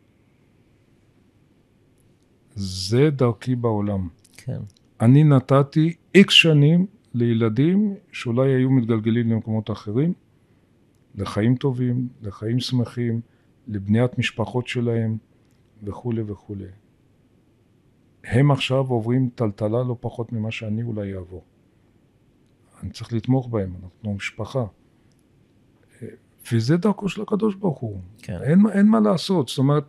זה דרכי בעולם. כן. אני נתתי X שנים לילדים שאולי היו מתגלגלים למקומות אחרים, לחיים טובים, לחיים שמחים, לבניית משפחות שלהם וכו' וכו'. הם עכשיו עוברים טלטלה לא פחות ממה שאני אולי אעבור. אני צריך לתמוך בהם, אנחנו משפחה. וזה דרכו של הקדוש ברוך הוא. כן. אין מה לעשות, זאת אומרת,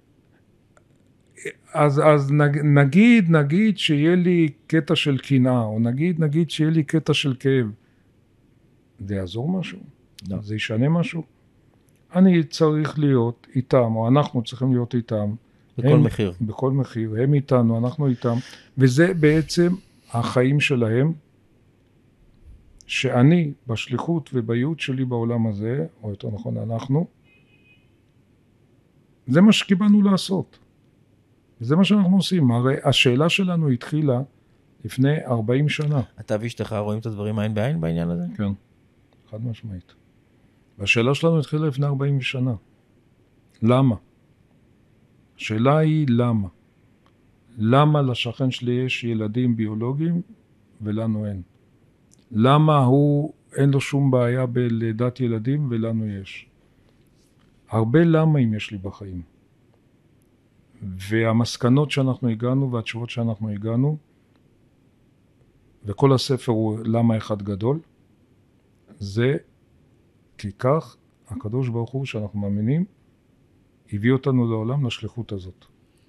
אז נגיד שיהיה לי קטע של קנאה, או נגיד שיהיה לי קטע של כאב. זה יעזור משהו? לא. זה ישנה משהו? אני צריך להיות איתם, או אנחנו צריכים להיות איתם. בכל מחיר. בכל מחיר. הם איתנו, אנחנו איתם. וזה בעצם החיים שלהם, שאני בשליחות ובייעוד שלי בעולם הזה, או יותר נכון אנחנו, זה מה שקיבלנו לעשות. וזה מה שאנחנו עושים. הרי השאלה שלנו התחילה לפני 40 שנה. אתה ואשתך רואים את הדברים עין בעין בעניין הזה? כן, חד משמעית. והשאלה שלנו התחילה לפני 40 שנה. למה? השאלה היא למה. למה לשכן שלי יש ילדים ביולוגיים ולנו אין? למה הוא אין לו שום בעיה בלידת ילדים ולנו יש? הרבה למה אם יש לי בחיים. והמסקנות שאנחנו הגענו והתשובות שאנחנו הגענו, וכל הספר הוא למה אחד גדול, זה כי כך הקדוש ברוך הוא שאנחנו מאמינים, הביא אותנו לעולם לשליחות הזאת.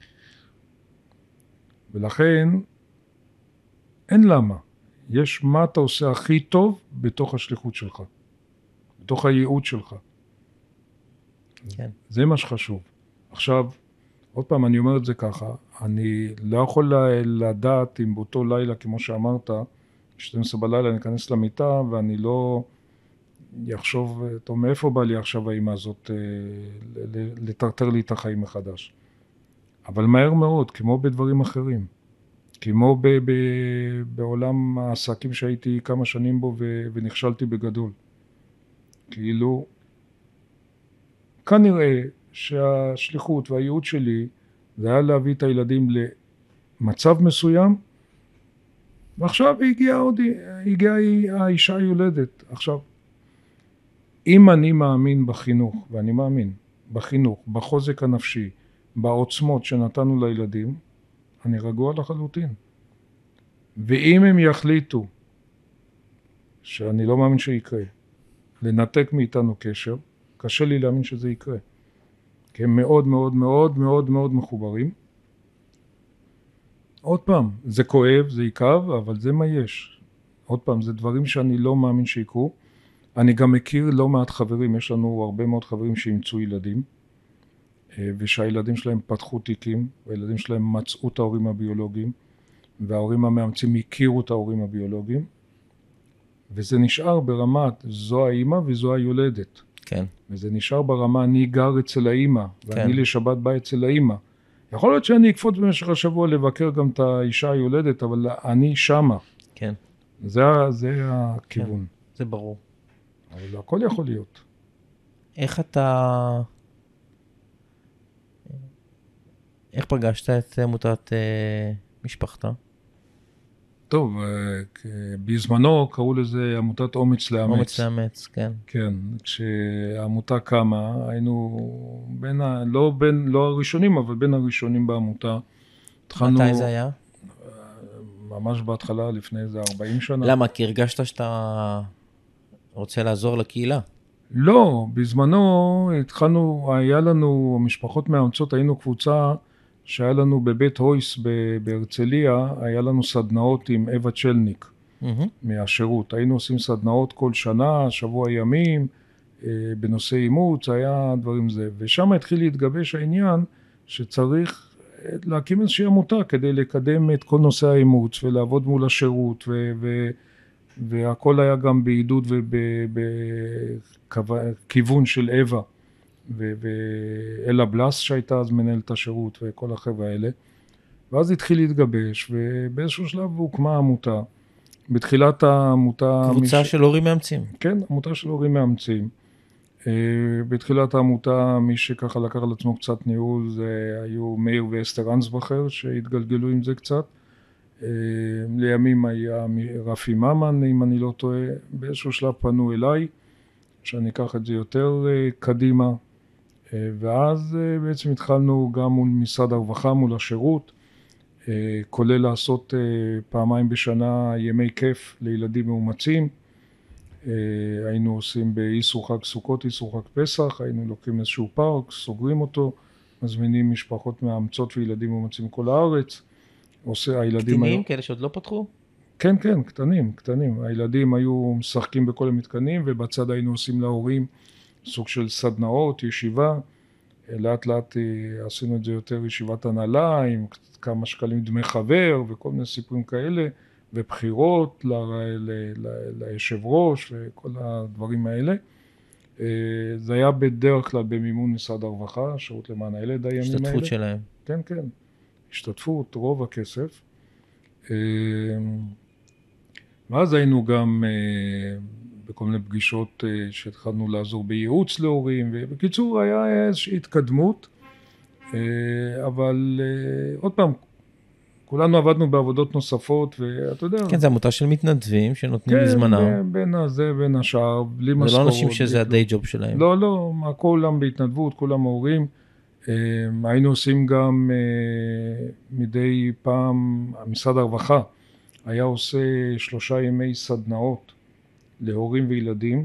ולכן אין למה. יש מה אתה עושה הכי טוב בתוך השליחות שלך, בתוך הייעוד שלך. כן. זה מה שחשוב. עכשיו, עוד פעם אני אומר את זה ככה, אני לא יכול לדעת אם באותו לילה, כמו שאמרת, 12 בלילה אני אכנס למיטה ואני לא יחשוב, טוב, מאיפה בא לי עכשיו האמא הזאת לטרטר לי את החיים מחדש. אבל מהר מאוד, כמו בדברים אחרים, כמו בעולם העסקים שהייתי כמה שנים בו ונכשלתי בגדול. כאילו, כנראה שהשליחות והייעוד שלי זה היה להביא את הילדים למצב מסוים, ועכשיו הגיעה האישה היולדת. עכשיו, אם אני מאמין בחינוך, ואני מאמין בחינוך, בחוזק הנפשי, בעוצמות שנתנו לילדים, אני רגוע לחלוטין. ואם הם יחליטו, שאני לא מאמין שיקרה, לנתק מאיתנו קשר, קשה לי להאמין שזה יקרה. כי הם מאוד מאוד מאוד מאוד מאוד מחוברים. עוד פעם, זה כואב, זה יקב, אבל זה מה יש. עוד פעם, זה דברים שאני לא מאמין שיקרו. אני גם מכיר לא מעט חברים, יש לנו הרבה מאוד חברים שימצאו ילדים, ושהילדים שלהם פתחו תיקים, והילדים שלהם מצאו את ההורים הביולוגיים, וההורים המאמצים הכירו את ההורים הביולוגיים, וזה נשאר ברמת זו האמא וזו היולדת. כן. וזה נשאר ברמה, אני גר אצל האמא, ואני כן. לשבת בא אצל האמא. יכול להיות שאני אקפוץ במשך השבוע לבקר גם את האישה היולדת, אבל אני שמה. כן. זה הכיוון. כן. זה ברור. אבל הכל יכול להיות. איך פגשת את עמותת משפחתה? טוב, בזמנו קראו לזה עמותת אומץ לאמץ. אומץ לאמץ, כן. כן, כשהעמותה קמה, היינו לא הראשונים, אבל בין הראשונים בעמותה. מתי זה היה? ממש בהתחלה, לפני איזה 40 שנה. למה? כי הרגשת שאתה רוצה לעזור לקהילה? לא, בזמנו התחלנו, היה לנו, משפחות מאמצות, היינו קבוצה שהיה לנו בבית הויס בהרצליה, היה לנו סדנאות עם אווה צ'לניק מהשירות. היינו עושים סדנאות כל שנה, שבוע ימים, בנושא אימוץ, היה דברים זה. ושם התחיל להתגבש העניין שצריך להקים איזושהי עמותה כדי לקדם את כל נושא האימוץ ולעבוד מול השירות, והכל היה גם בעידוד ובכיוון של אווה. ואלה בלס שהייתה אז מנהלת השירות וכל החבר'ה האלה. ואז התחיל להתגבש, ובאיזשהו שלב הוקמה עמותה. בתחילת העמותה... קבוצה של הורים מאמצים. כן, עמותה של הורים מאמצים. בתחילת העמותה, מי שככה לקח על עצמו קצת ניהול, זה היו מאיר ואסתר אנסבכר, שהתגלגלו עם זה קצת. לימים היה רפי ממן, אם אני לא טועה. באיזשהו שלב פנו אליי, שאני אקח את זה יותר קדימה. ואז בעצם התחלנו גם מול משרד הרווחה, מול השירות, כולל לעשות פעמיים בשנה ימי כיף לילדים מאומצים. היינו עושים באיסור חג סוכות, איסור חג פסח, היינו לוקחים איזשהו פארק, סוגרים אותו, מזמינים משפחות מאמצות וילדים מאומצים מכל הארץ. קטינים, כאלה שעוד לא פתחו? כן, כן, קטנים. הילדים היו משחקים בכל המתקנים, ובצד היינו עושים להורים סוג של סדנאות, ישיבה. לאט לאט עשינו את זה יותר ישיבת הנהלה, עם כמה שקלים דמי חבר וכל מיני סיפורים כאלה, ובחירות ליושב ראש וכל הדברים האלה. זה היה בדרך כלל במימון משרד הרווחה, שירות למען הילד הימים האלה. השתתפות שלהם. כן, כן. השתתפות, רוב הכסף. ואז היינו גם בכל מיני פגישות שהתחלנו לעזור בייעוץ להורים, ובקיצור היה איזושהי התקדמות, אבל עוד פעם, כולנו עבדנו בעבודות נוספות, ואתה יודע... כן, זו עמותה של מתנדבים שנותנים מזמנם. כן, בין השאר, בלי משכורות. זה לא אנשים שזה הדיי ג'וב שלהם. לא, כולם בהתנדבות, כולם ההורים. היינו עושים גם מדי פעם, משרד הרווחה היה עושה 3 ימי סדנאות להורים וילדים,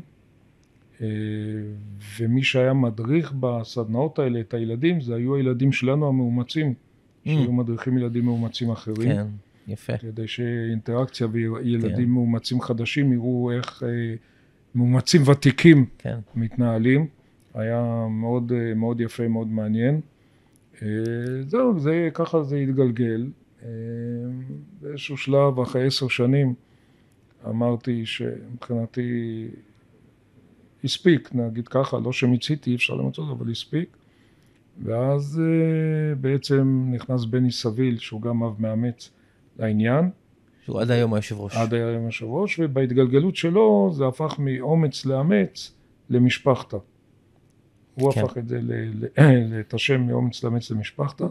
ומי שהיה מדריך בסדנאות האלה את הילדים, זה היו הילדים שלנו המאומצים, שהיו מדריכים ילדים מאומצים אחרים. כן, יפה. כדי שאינטראקציה וילדים מאומצים חדשים יראו איך מאומצים ותיקים מתנהלים. היה מאוד, מאוד יפה, מאוד מעניין. זהו, ככה זה התגלגל. באיזשהו שלב, אחרי 10 שנים, אמרתי שמבחינתי הספיק, נגיד ככה, לא שמיציתי, אפשר למצוא, אבל הספיק. ואז בעצם נכנס בני סביל, שהוא גם אב מאמץ לעניין. שהוא עד היום היושב ראש. עד היום היושב ראש, ובהתגלגלות שלו זה הפך מאומץ לאמץ למשפחתה. הוא הפך את זה, את השם מאומץ לאמץ למשפחתה.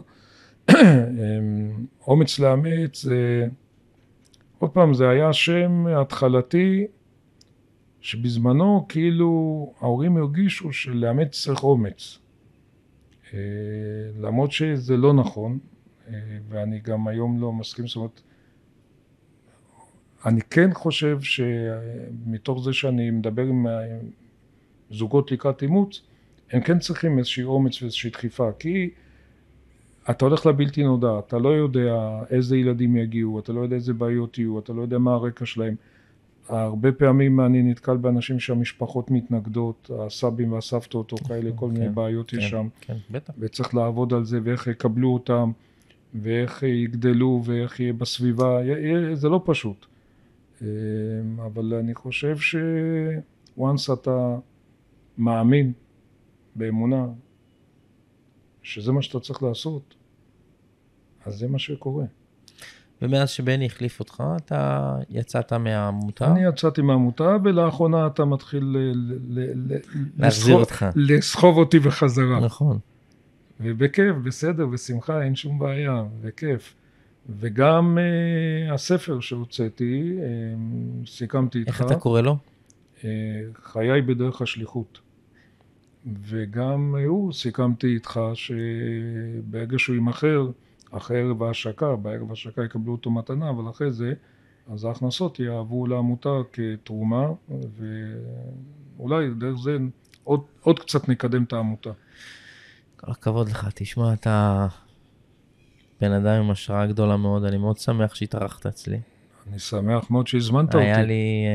אומץ לאמץ, עוד פעם, זה היה שם התחלתי, שבזמנו כאילו ההורים הרגישו שלאמץ צריך אומץ. למרות שזה לא נכון, ואני גם היום לא מסכים, זאת אומרת, אני כן חושב שמתוך זה שאני מדבר עם זוגות לקראת אימוץ, הם כן צריכים איזושהי אומץ ואיזושהי דחיפה, כי אתה הולך לבלתי נודע, אתה לא יודע איזה ילדים יגיעו, אתה לא יודע איזה בעיות יהיו, אתה לא יודע מה הרקע שלהם. הרבה פעמים אני נתקל באנשים שהמשפחות מתנגדות, הסבים והסבתות או כאלה, כל מיני בעיות יש שם. וצריך לעבוד על זה ואיך יקבלו אותם, ואיך יגדלו ואיך יהיה בסביבה, זה לא פשוט. אבל אני חושב once אתה מאמין באמונה, שזה מה שאתה צריך לעשות, אז זה מה שקורה. ומאז שבני החליף אותך, אתה יצאת מהעמותה? אני יצאתי מהעמותה, ולאחרונה אתה מתחיל להחזיר אותך. לסחוב אותי בחזרה. נכון. ובכיף, בסדר, בשמחה, אין שום בעיה, בכיף. וגם הספר שהוצאתי, סיכמתי איתך. איך אתה קורא לו? חיי בדרך השליחות. וגם סיכמתי איתך שברגע שהוא יימכר, אחרי ערב ההשקה, בערב ההשקה יקבלו אותו מתנה, אבל אחרי זה, אז ההכנסות יעברו לעמותה כתרומה, ואולי דרך זה עוד קצת נקדם את העמותה. כל הכבוד לך, תשמע, אתה בן אדם עם השראה גדולה מאוד, אני מאוד שמח שהתארחת אצלי. אני שמח מאוד שהזמנת אותי. היה לי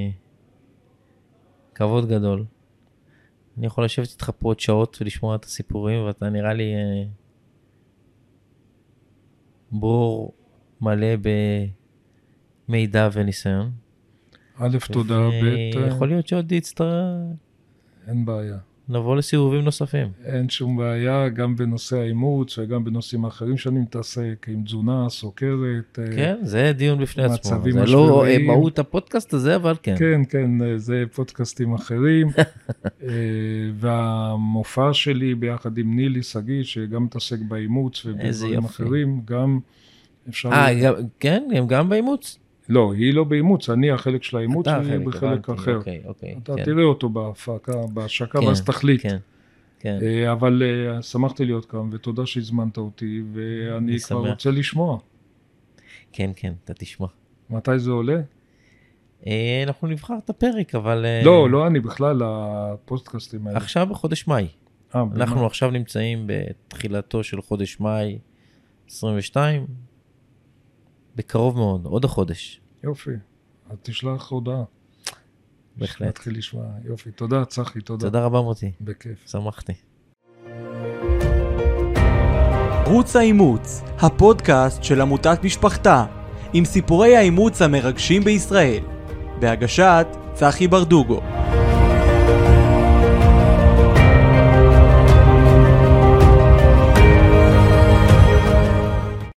כבוד גדול. אני יכול לשבת איתך פה עוד שעות ולשמוע את הסיפורים, ואתה נראה לי בור מלא במידע וניסיון. א', תודה, ב', יכול להיות שעוד יצטרך... אין בעיה. נבוא לסיבובים נוספים. אין שום בעיה, גם בנושא האימוץ וגם בנושאים אחרים שאני מתעסק, עם תזונה, סוכרת. כן, זה דיון בפני עצמו. זה לא מהות הפודקאסט הזה, אבל כן. כן, כן, זה פודקאסטים אחרים. והמופע שלי ביחד עם נילי סגי, שגם מתעסק באימוץ ובדברים אחרים, גם אפשר... כן, הם גם באימוץ? לא, היא לא באימוץ, אני החלק של האימוץ, והיא בחלק אחר. אתה תראה אותו בהשקה, ואז תחליט. אבל שמחתי להיות כאן, ותודה שהזמנת אותי, ואני כבר רוצה לשמוע. כן, כן, אתה תשמע. מתי זה עולה? אנחנו נבחר את הפרק, אבל... לא, אני בכלל, הפודקאסטים האלה. עכשיו בחודש מאי. אנחנו עכשיו נמצאים בתחילתו של חודש מאי 22, בקרוב מאוד, עוד החודש. יופי, אז תשלח הודעה. בהחלט. נתחיל לשמוע, יופי. תודה, צחי, תודה. תודה רבה מוטי. בכיף. שמחתי. רוץ האימוץ, הפודקאסט של עמותת משפחתה, עם סיפורי האימוץ המרגשים בישראל. בהגשת צחי ברדוגו.